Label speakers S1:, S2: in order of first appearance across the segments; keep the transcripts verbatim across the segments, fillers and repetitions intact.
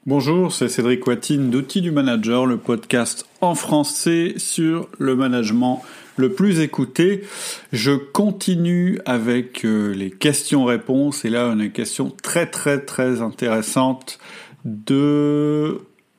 S1: Bonjour, c'est Cédric Watine d'Outils du Manager, le podcast en français sur le management le plus écouté. Je continue avec euh, les questions-réponses et là on a une question très très très intéressante de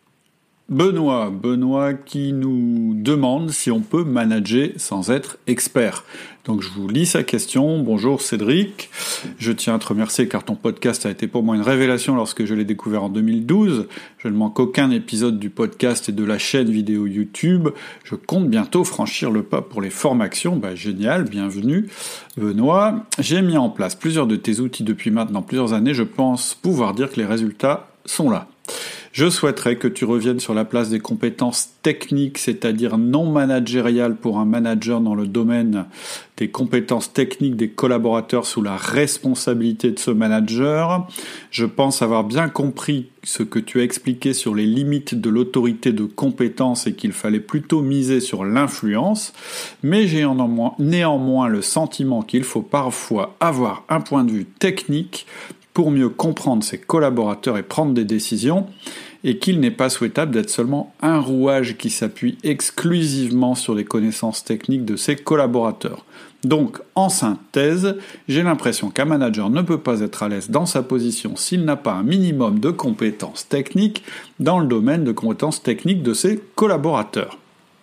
S1: Benoît. Benoît qui nous demande si on peut manager sans être expert. Donc je vous lis sa question. Bonjour Cédric, je tiens à te remercier car ton podcast a été pour moi une révélation lorsque je l'ai découvert en deux mille douze. Je ne manque aucun épisode du podcast et de la chaîne vidéo YouTube. Je compte bientôt franchir le pas pour les formations. Bah, génial, bienvenue Benoît. J'ai mis en place plusieurs de tes outils depuis maintenant plusieurs années. Je pense pouvoir dire que les résultats sont là. Je souhaiterais que tu reviennes sur la place des compétences techniques, c'est-à-dire non managériales pour un manager dans le domaine des compétences techniques des collaborateurs sous la responsabilité de ce manager. Je pense avoir bien compris ce que tu as expliqué sur les limites de l'autorité de compétence et qu'il fallait plutôt miser sur l'influence, mais j'ai néanmoins le sentiment qu'il faut parfois avoir un point de vue technique pour mieux comprendre ses collaborateurs et prendre des décisions, et qu'il n'est pas souhaitable d'être seulement un rouage qui s'appuie exclusivement sur les connaissances techniques de ses collaborateurs. Donc, en synthèse, j'ai l'impression qu'un manager ne peut pas être à l'aise dans sa position s'il n'a pas un minimum de compétences techniques dans le domaine de compétences techniques de ses collaborateurs.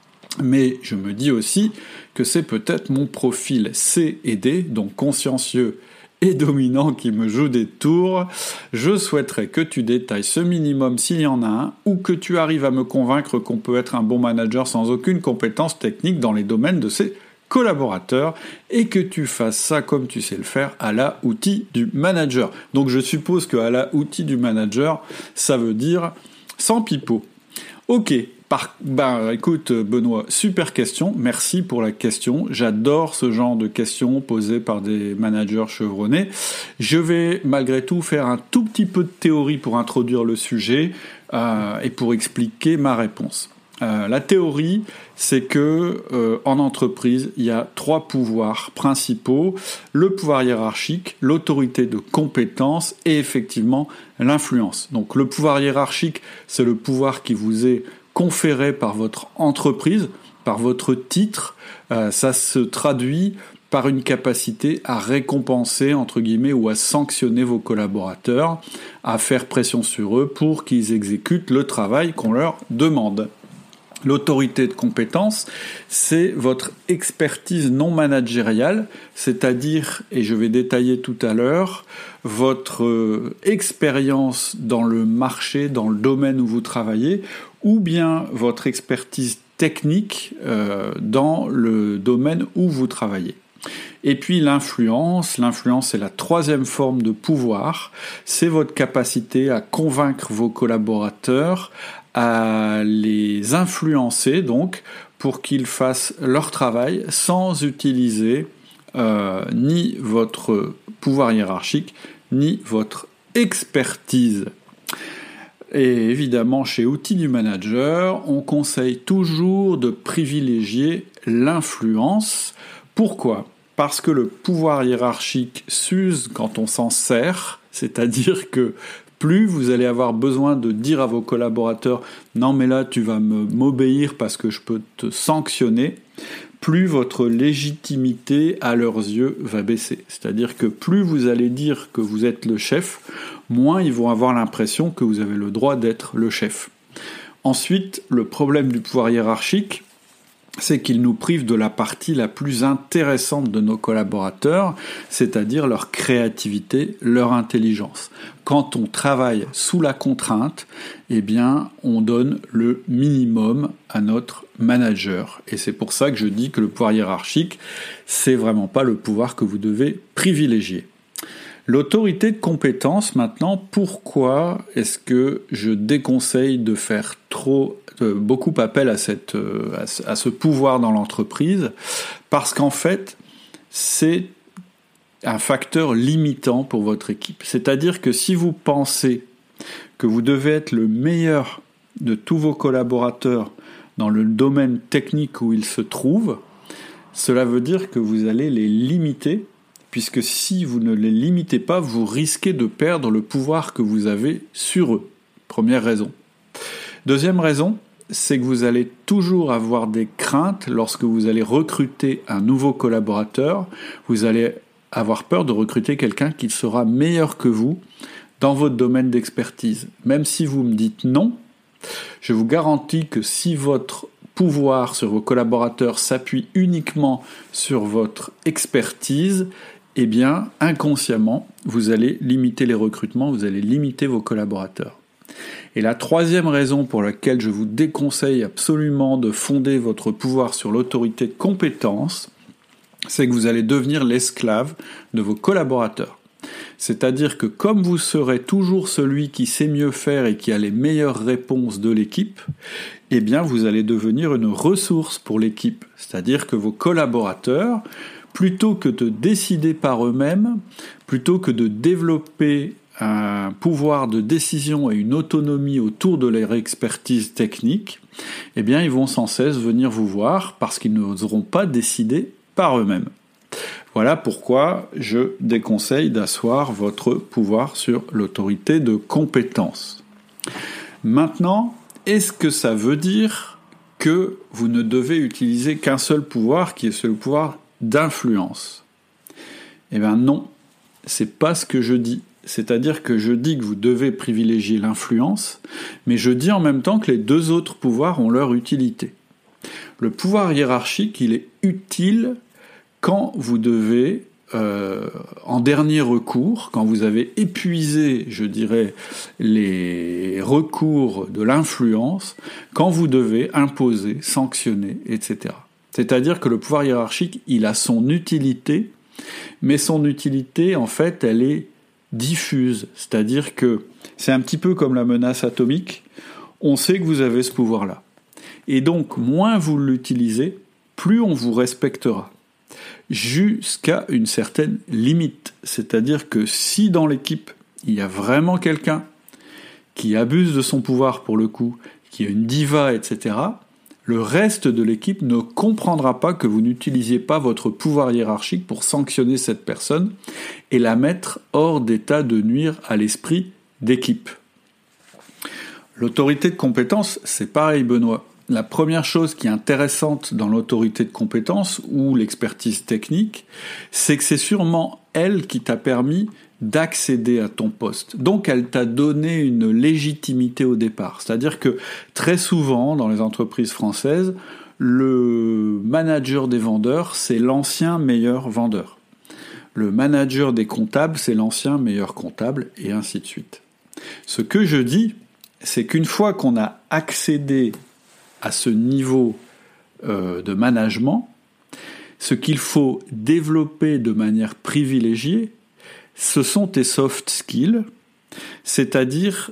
S1: Mais je me dis aussi que c'est peut-être mon profil C et D, donc consciencieux et dominant qui me joue des tours. Je souhaiterais que tu détailles ce minimum s'il y en a un, ou que tu arrives à me convaincre qu'on peut être un bon manager sans aucune compétence technique dans les domaines de ses collaborateurs, et que tu fasses ça comme tu sais le faire à la outil du manager. Donc je suppose que à la outil du manager, ça veut dire sans pipeau. Ok. Par, ben, écoute Benoît, super question, merci pour la question, j'adore ce genre de questions posées par des managers chevronnés. Je vais malgré tout faire un tout petit peu de théorie pour introduire le sujet euh, et pour expliquer ma réponse. Euh, la théorie, c'est que euh, en entreprise, il y a trois pouvoirs principaux, le pouvoir hiérarchique, l'autorité de compétence et effectivement l'influence. Donc le pouvoir hiérarchique, c'est le pouvoir qui vous est conféré par votre entreprise, par votre titre. Euh, ça se traduit par une capacité à récompenser, entre guillemets, ou à sanctionner vos collaborateurs, à faire pression sur eux pour qu'ils exécutent le travail qu'on leur demande. L'autorité de compétence, c'est votre expertise non managériale, c'est-à-dire, et je vais détailler tout à l'heure, votre euh, expérience dans le marché, dans le domaine où vous travaillez, ou bien votre expertise technique euh, dans le domaine où vous travaillez. Et puis l'influence, l'influence est la troisième forme de pouvoir, c'est votre capacité à convaincre vos collaborateurs, à les influencer donc pour qu'ils fassent leur travail sans utiliser euh, ni votre pouvoir hiérarchique ni votre expertise. Et évidemment, chez Outils du Manager, on conseille toujours de privilégier l'influence. Pourquoi ? Parce que le pouvoir hiérarchique s'use quand on s'en sert, c'est-à-dire que plus vous allez avoir besoin de dire à vos collaborateurs « Non mais là tu vas me, m'obéir parce que je peux te sanctionner », plus votre légitimité à leurs yeux va baisser. C'est-à-dire que plus vous allez dire que vous êtes le chef, moins ils vont avoir l'impression que vous avez le droit d'être le chef. Ensuite, le problème du pouvoir hiérarchique, c'est qu'il nous prive de la partie la plus intéressante de nos collaborateurs, c'est-à-dire leur créativité, leur intelligence. Quand on travaille sous la contrainte, eh bien, on donne le minimum à notre manager. Et c'est pour ça que je dis que le pouvoir hiérarchique, c'est vraiment pas le pouvoir que vous devez privilégier. L'autorité de compétence, maintenant, pourquoi est-ce que je déconseille de faire trop, euh, beaucoup appel à, cette, euh, à, ce, à ce pouvoir dans l'entreprise ? Parce qu'en fait, c'est un facteur limitant pour votre équipe. C'est-à-dire que si vous pensez que vous devez être le meilleur de tous vos collaborateurs dans le domaine technique où ils se trouvent, cela veut dire que vous allez les limiter, puisque si vous ne les limitez pas, vous risquez de perdre le pouvoir que vous avez sur eux. Première raison. Deuxième raison, c'est que vous allez toujours avoir des craintes lorsque vous allez recruter un nouveau collaborateur. Vous allez avoir peur de recruter quelqu'un qui sera meilleur que vous dans votre domaine d'expertise. Même si vous me dites non, je vous garantis que si votre pouvoir sur vos collaborateurs s'appuie uniquement sur votre expertise, eh bien, inconsciemment, vous allez limiter les recrutements, vous allez limiter vos collaborateurs. Et la troisième raison pour laquelle je vous déconseille absolument de fonder votre pouvoir sur l'autorité de compétence, c'est que vous allez devenir l'esclave de vos collaborateurs. C'est-à-dire que comme vous serez toujours celui qui sait mieux faire et qui a les meilleures réponses de l'équipe, eh bien vous allez devenir une ressource pour l'équipe. C'est-à-dire que vos collaborateurs, plutôt que de décider par eux-mêmes, plutôt que de développer un pouvoir de décision et une autonomie autour de leur expertise technique, eh bien ils vont sans cesse venir vous voir parce qu'ils n'oseront pas décider par eux-mêmes. Voilà pourquoi je déconseille d'asseoir votre pouvoir sur l'autorité de compétence. Maintenant, est-ce que ça veut dire que vous ne devez utiliser qu'un seul pouvoir, qui est le pouvoir d'influence? Eh bien non, c'est pas ce que je dis. C'est-à-dire que je dis que vous devez privilégier l'influence, mais je dis en même temps que les deux autres pouvoirs ont leur utilité. Le pouvoir hiérarchique, il est utile quand vous devez, euh, en dernier recours, quand vous avez épuisé, je dirais, les recours de l'influence, quand vous devez imposer, sanctionner, et cetera. C'est-à-dire que le pouvoir hiérarchique, il a son utilité, mais son utilité, en fait, elle est diffuse. C'est-à-dire que c'est un petit peu comme la menace atomique, on sait que vous avez ce pouvoir-là. Et donc, moins vous l'utilisez, plus on vous respectera. Jusqu'à une certaine limite. C'est-à-dire que si dans l'équipe, il y a vraiment quelqu'un qui abuse de son pouvoir pour le coup, qui est une diva, et cetera, le reste de l'équipe ne comprendra pas que vous n'utilisiez pas votre pouvoir hiérarchique pour sanctionner cette personne et la mettre hors d'état de nuire à l'esprit d'équipe. L'autorité de compétence, c'est pareil, Benoît. La première chose qui est intéressante dans l'autorité de compétence ou l'expertise technique, c'est que c'est sûrement elle qui t'a permis d'accéder à ton poste. Donc elle t'a donné une légitimité au départ. C'est-à-dire que très souvent, dans les entreprises françaises, le manager des vendeurs, c'est l'ancien meilleur vendeur. Le manager des comptables, c'est l'ancien meilleur comptable, et ainsi de suite. Ce que je dis, c'est qu'une fois qu'on a accédé à ce niveau euh, de management, ce qu'il faut développer de manière privilégiée, ce sont tes soft skills, c'est-à-dire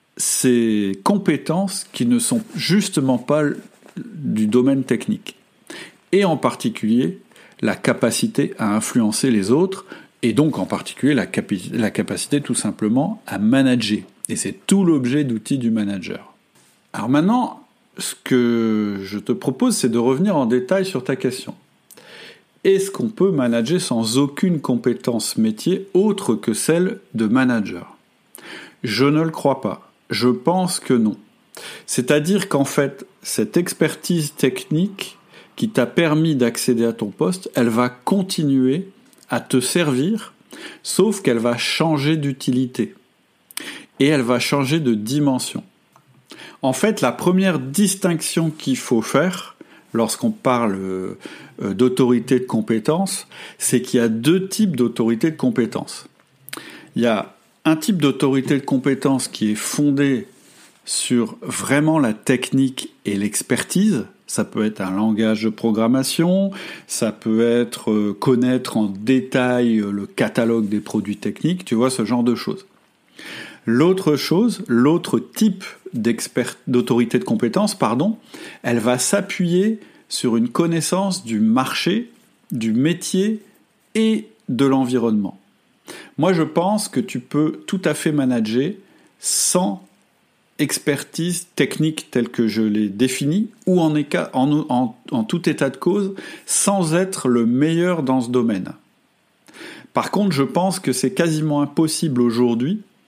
S1: ces compétences qui ne sont justement pas du domaine technique. Et en particulier, la capacité à influencer les autres, et donc en particulier la, capi- la capacité tout simplement à manager. Et c'est tout l'objet d'outils du manager. Alors maintenant, ce que je te propose, c'est de revenir en détail sur ta question. Est-ce qu'on peut manager sans aucune compétence métier autre que celle de manager ? Je ne le crois pas. Je pense que non. C'est-à-dire qu'en fait, cette expertise technique qui t'a permis d'accéder à ton poste, elle va continuer à te servir, sauf qu'elle va changer d'utilité. Et elle va changer de dimension. En fait, la première distinction qu'il faut faire lorsqu'on parle euh, d'autorité de compétence, c'est qu'il y a deux types d'autorité de compétence. Il y a un type d'autorité de compétence qui est fondé sur vraiment la technique et l'expertise. Ça peut être un langage de programmation, ça peut être euh, connaître en détail le catalogue des produits techniques, tu vois, ce genre de choses. L'autre chose, l'autre type d'expert, d'autorité de compétence, pardon, elle va s'appuyer sur une connaissance du marché, du métier et de l'environnement. Moi, je pense que tu peux tout à fait manager sans expertise technique telle que je l'ai définie, ou en, éca- en, en, en tout état de cause, sans être le meilleur dans ce domaine. Par contre, je pense que c'est quasiment impossible aujourd'hui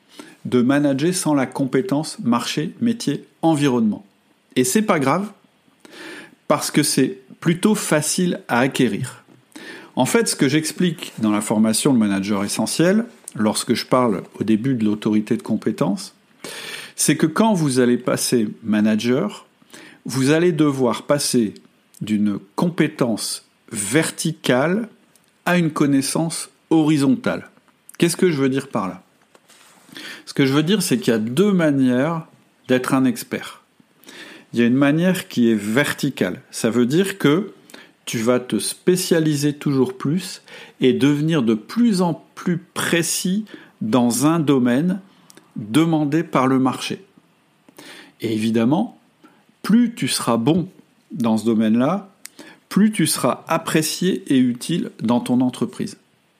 S1: de manager sans la compétence marché, métier, environnement. Et c'est pas grave, parce que c'est plutôt facile à acquérir. En fait, ce que j'explique dans la formation de manager essentiel, lorsque je parle au début de l'autorité de compétence, c'est que quand vous allez passer manager, vous allez devoir passer d'une compétence verticale à une connaissance horizontale. Qu'est-ce que je veux dire par là ? Ce que je veux dire, c'est qu'il y a deux manières d'être un expert. Il y a une manière qui est verticale. Ça veut dire que tu vas te spécialiser toujours plus et devenir de plus en plus précis dans un domaine demandé par le marché. Et évidemment, plus tu seras bon dans ce domaine-là, plus tu seras apprécié et utile dans ton entreprise.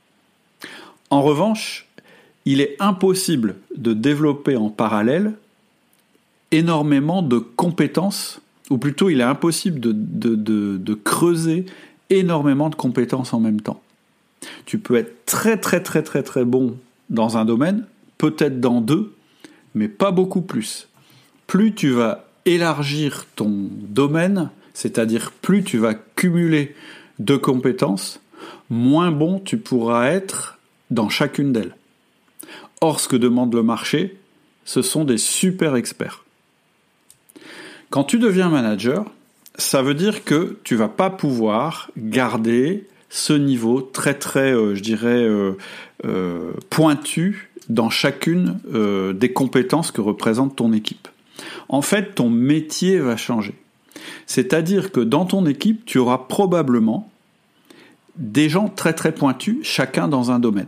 S1: En revanche, il est impossible de développer en parallèle énormément de compétences, ou plutôt il est impossible de, de, de, de creuser énormément de compétences en même temps. Tu peux être très très très très très bon dans un domaine, peut-être dans deux, mais pas beaucoup plus. Plus tu vas élargir ton domaine, c'est-à-dire plus tu vas cumuler de compétences, moins bon tu pourras être dans chacune d'elles. Or, ce que demande le marché, ce sont des super experts. Quand tu deviens manager, ça veut dire que tu vas pas pouvoir garder ce niveau très très, euh, je dirais, euh, euh, pointu dans chacune euh, des compétences que représente ton équipe. En fait, ton métier va changer. C'est-à-dire que dans ton équipe, tu auras probablement des gens très très pointus, chacun dans un domaine.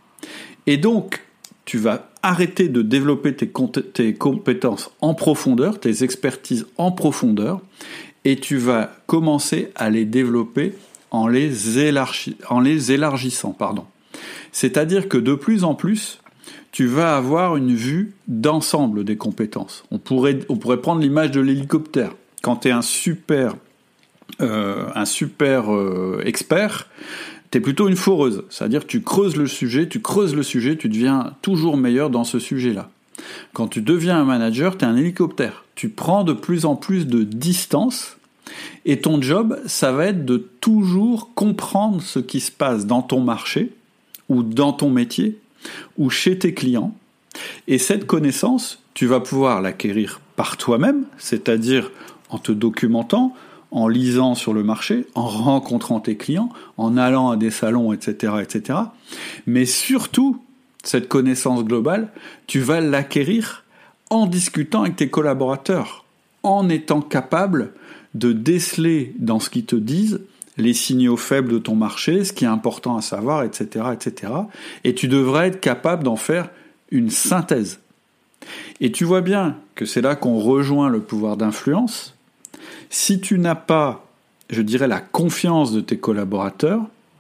S1: Et donc, tu vas arrêter de développer tes, compé- tes compétences en profondeur, tes expertises en profondeur, et tu vas commencer à les développer en les, élargi- en les élargissant. Pardon. C'est-à-dire que de plus en plus, tu vas avoir une vue d'ensemble des compétences. On pourrait, on pourrait prendre l'image de l'hélicoptère. Quand tu es un super, euh, un super euh, expert, tu es plutôt une foreuse. C'est-à-dire que tu creuses le sujet, tu creuses le sujet, tu deviens toujours meilleur dans ce sujet-là. Quand tu deviens un manager, tu es un hélicoptère. Tu prends de plus en plus de distance et ton job, ça va être de toujours comprendre ce qui se passe dans ton marché ou dans ton métier ou chez tes clients. Et cette connaissance, tu vas pouvoir l'acquérir par toi-même, c'est-à-dire en te documentant, en lisant sur le marché, en rencontrant tes clients, en allant à des salons, et cetera, et cetera. Mais surtout, cette connaissance globale, tu vas l'acquérir en discutant avec tes collaborateurs, en étant capable de déceler dans ce qu'ils te disent les signaux faibles de ton marché, ce qui est important à savoir, et cetera, et cetera. Et tu devrais être capable d'en faire une synthèse. Et tu vois bien que c'est là qu'on rejoint le pouvoir d'influence. Si tu n'as pas, je dirais, la confiance de tes collaborateurs,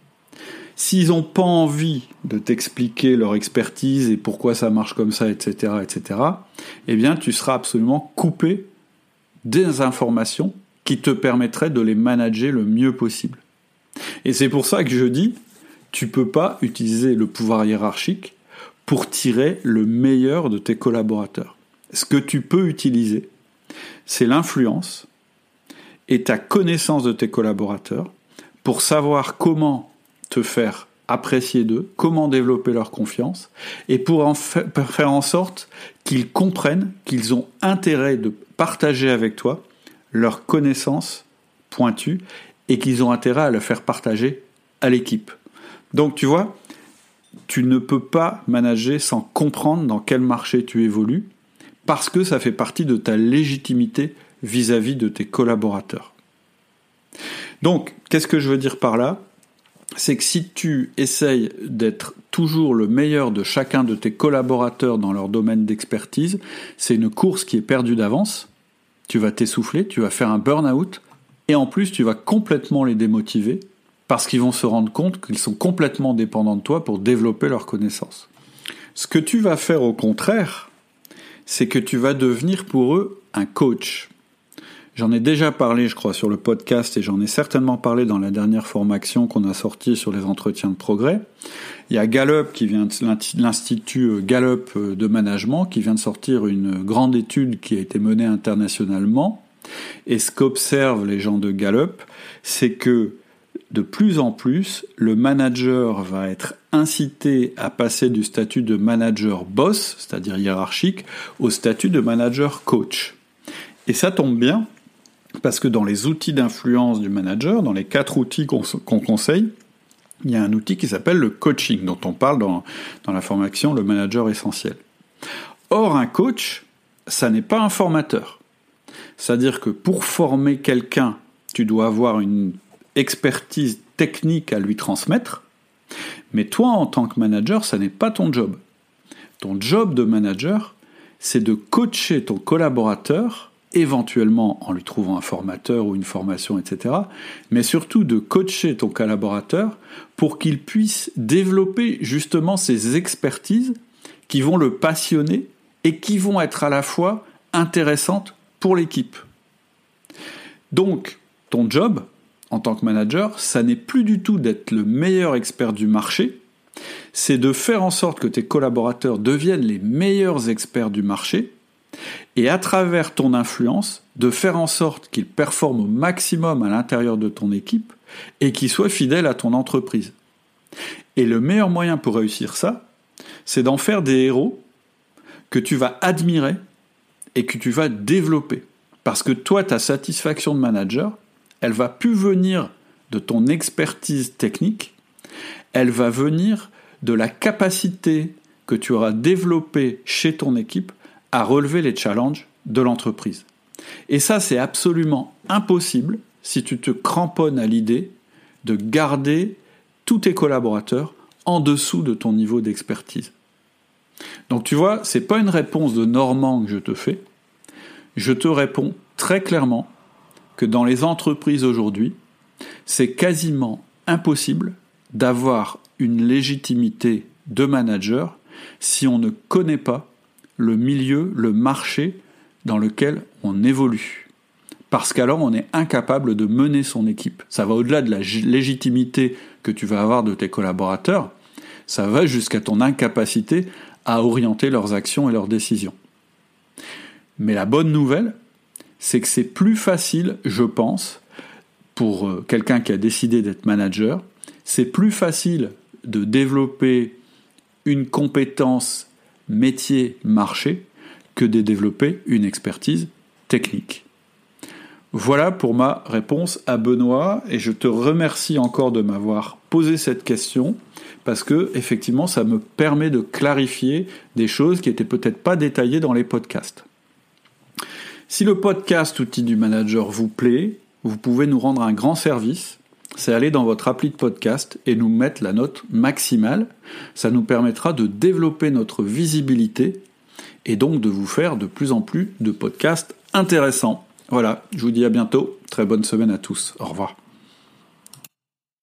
S1: s'ils n'ont pas envie de t'expliquer leur expertise et pourquoi ça marche comme ça, et cetera, et cetera, eh bien, tu seras absolument coupé des informations qui te permettraient de les manager le mieux possible. Et c'est pour ça que je dis, tu peux pas utiliser le pouvoir hiérarchique pour tirer le meilleur de tes collaborateurs. Ce que tu peux utiliser, c'est l'influence et ta connaissance de tes collaborateurs pour savoir comment te faire apprécier d'eux, comment développer leur confiance, et pour en fa- faire en sorte qu'ils comprennent qu'ils ont intérêt de partager avec toi leurs connaissances pointues et qu'ils ont intérêt à le faire partager à l'équipe. Donc tu vois, tu ne peux pas manager sans comprendre dans quel marché tu évolues, parce que ça fait partie de ta légitimité vis-à-vis de tes collaborateurs. Donc, qu'est-ce que je veux dire par là ? C'est que si tu essayes d'être toujours le meilleur de chacun de tes collaborateurs dans leur domaine d'expertise, c'est une course qui est perdue d'avance. Tu vas t'essouffler, tu vas faire un burn-out, et en plus tu vas complètement les démotiver, parce qu'ils vont se rendre compte qu'ils sont complètement dépendants de toi pour développer leurs connaissances. Ce que tu vas faire au contraire, c'est que tu vas devenir pour eux un coach. J'en ai déjà parlé, je crois, sur le podcast, et j'en ai certainement parlé dans la dernière formation qu'on a sortie sur les entretiens de progrès. Il y a Gallup, qui vient de l'Institut Gallup de management, qui vient de sortir une grande étude qui a été menée internationalement. Et ce qu'observent les gens de Gallup, c'est que de plus en plus, le manager va être incité à passer du statut de manager boss, c'est-à-dire hiérarchique, au statut de manager coach. Et ça tombe bien, parce que dans les outils d'influence du manager, dans les quatre outils qu'on, qu'on conseille, il y a un outil qui s'appelle le coaching, dont on parle dans, dans la formation Le Manager Essentiel. Or, un coach, ça n'est pas un formateur. C'est-à-dire que pour former quelqu'un, tu dois avoir une expertise technique à lui transmettre, mais toi, en tant que manager, ça n'est pas ton job. Ton job de manager, c'est de coacher ton collaborateur, éventuellement en lui trouvant un formateur ou une formation, et cetera, mais surtout de coacher ton collaborateur pour qu'il puisse développer justement ses expertises qui vont le passionner et qui vont être à la fois intéressantes pour l'équipe. Donc, ton job, en tant que manager, ça n'est plus du tout d'être le meilleur expert du marché, c'est de faire en sorte que tes collaborateurs deviennent les meilleurs experts du marché, et à travers ton influence, de faire en sorte qu'ils performent au maximum à l'intérieur de ton équipe et qu'ils soient fidèles à ton entreprise. Et le meilleur moyen pour réussir ça, c'est d'en faire des héros que tu vas admirer et que tu vas développer. Parce que toi, ta satisfaction de manager, elle va plus venir de ton expertise technique, elle va venir de la capacité que tu auras développée chez ton équipe à relever les challenges de l'entreprise. Et ça, c'est absolument impossible si tu te cramponnes à l'idée de garder tous tes collaborateurs en dessous de ton niveau d'expertise. Donc tu vois, c'est pas une réponse de Normand que je te fais. Je te réponds très clairement que dans les entreprises aujourd'hui, c'est quasiment impossible d'avoir une légitimité de manager si on ne connaît pas le milieu, le marché dans lequel on évolue. Parce qu'alors on est incapable de mener son équipe. Ça va au-delà de la légitimité que tu vas avoir de tes collaborateurs, ça va jusqu'à ton incapacité à orienter leurs actions et leurs décisions. Mais la bonne nouvelle, c'est que c'est plus facile, je pense, pour quelqu'un qui a décidé d'être manager, c'est plus facile de développer une compétence métier-marché que de développer une expertise technique. Voilà pour ma réponse à Benoît, et je te remercie encore de m'avoir posé cette question, parce que effectivement ça me permet de clarifier des choses qui n'étaient peut-être pas détaillées dans les podcasts. Si le podcast Outils du Manager vous plaît, vous pouvez nous rendre un grand service, c'est aller dans votre appli de podcast et nous mettre la note maximale. Ça nous permettra de développer notre visibilité et donc de vous faire de plus en plus de podcasts intéressants. Voilà, je vous dis à bientôt. Très bonne semaine à tous. Au revoir.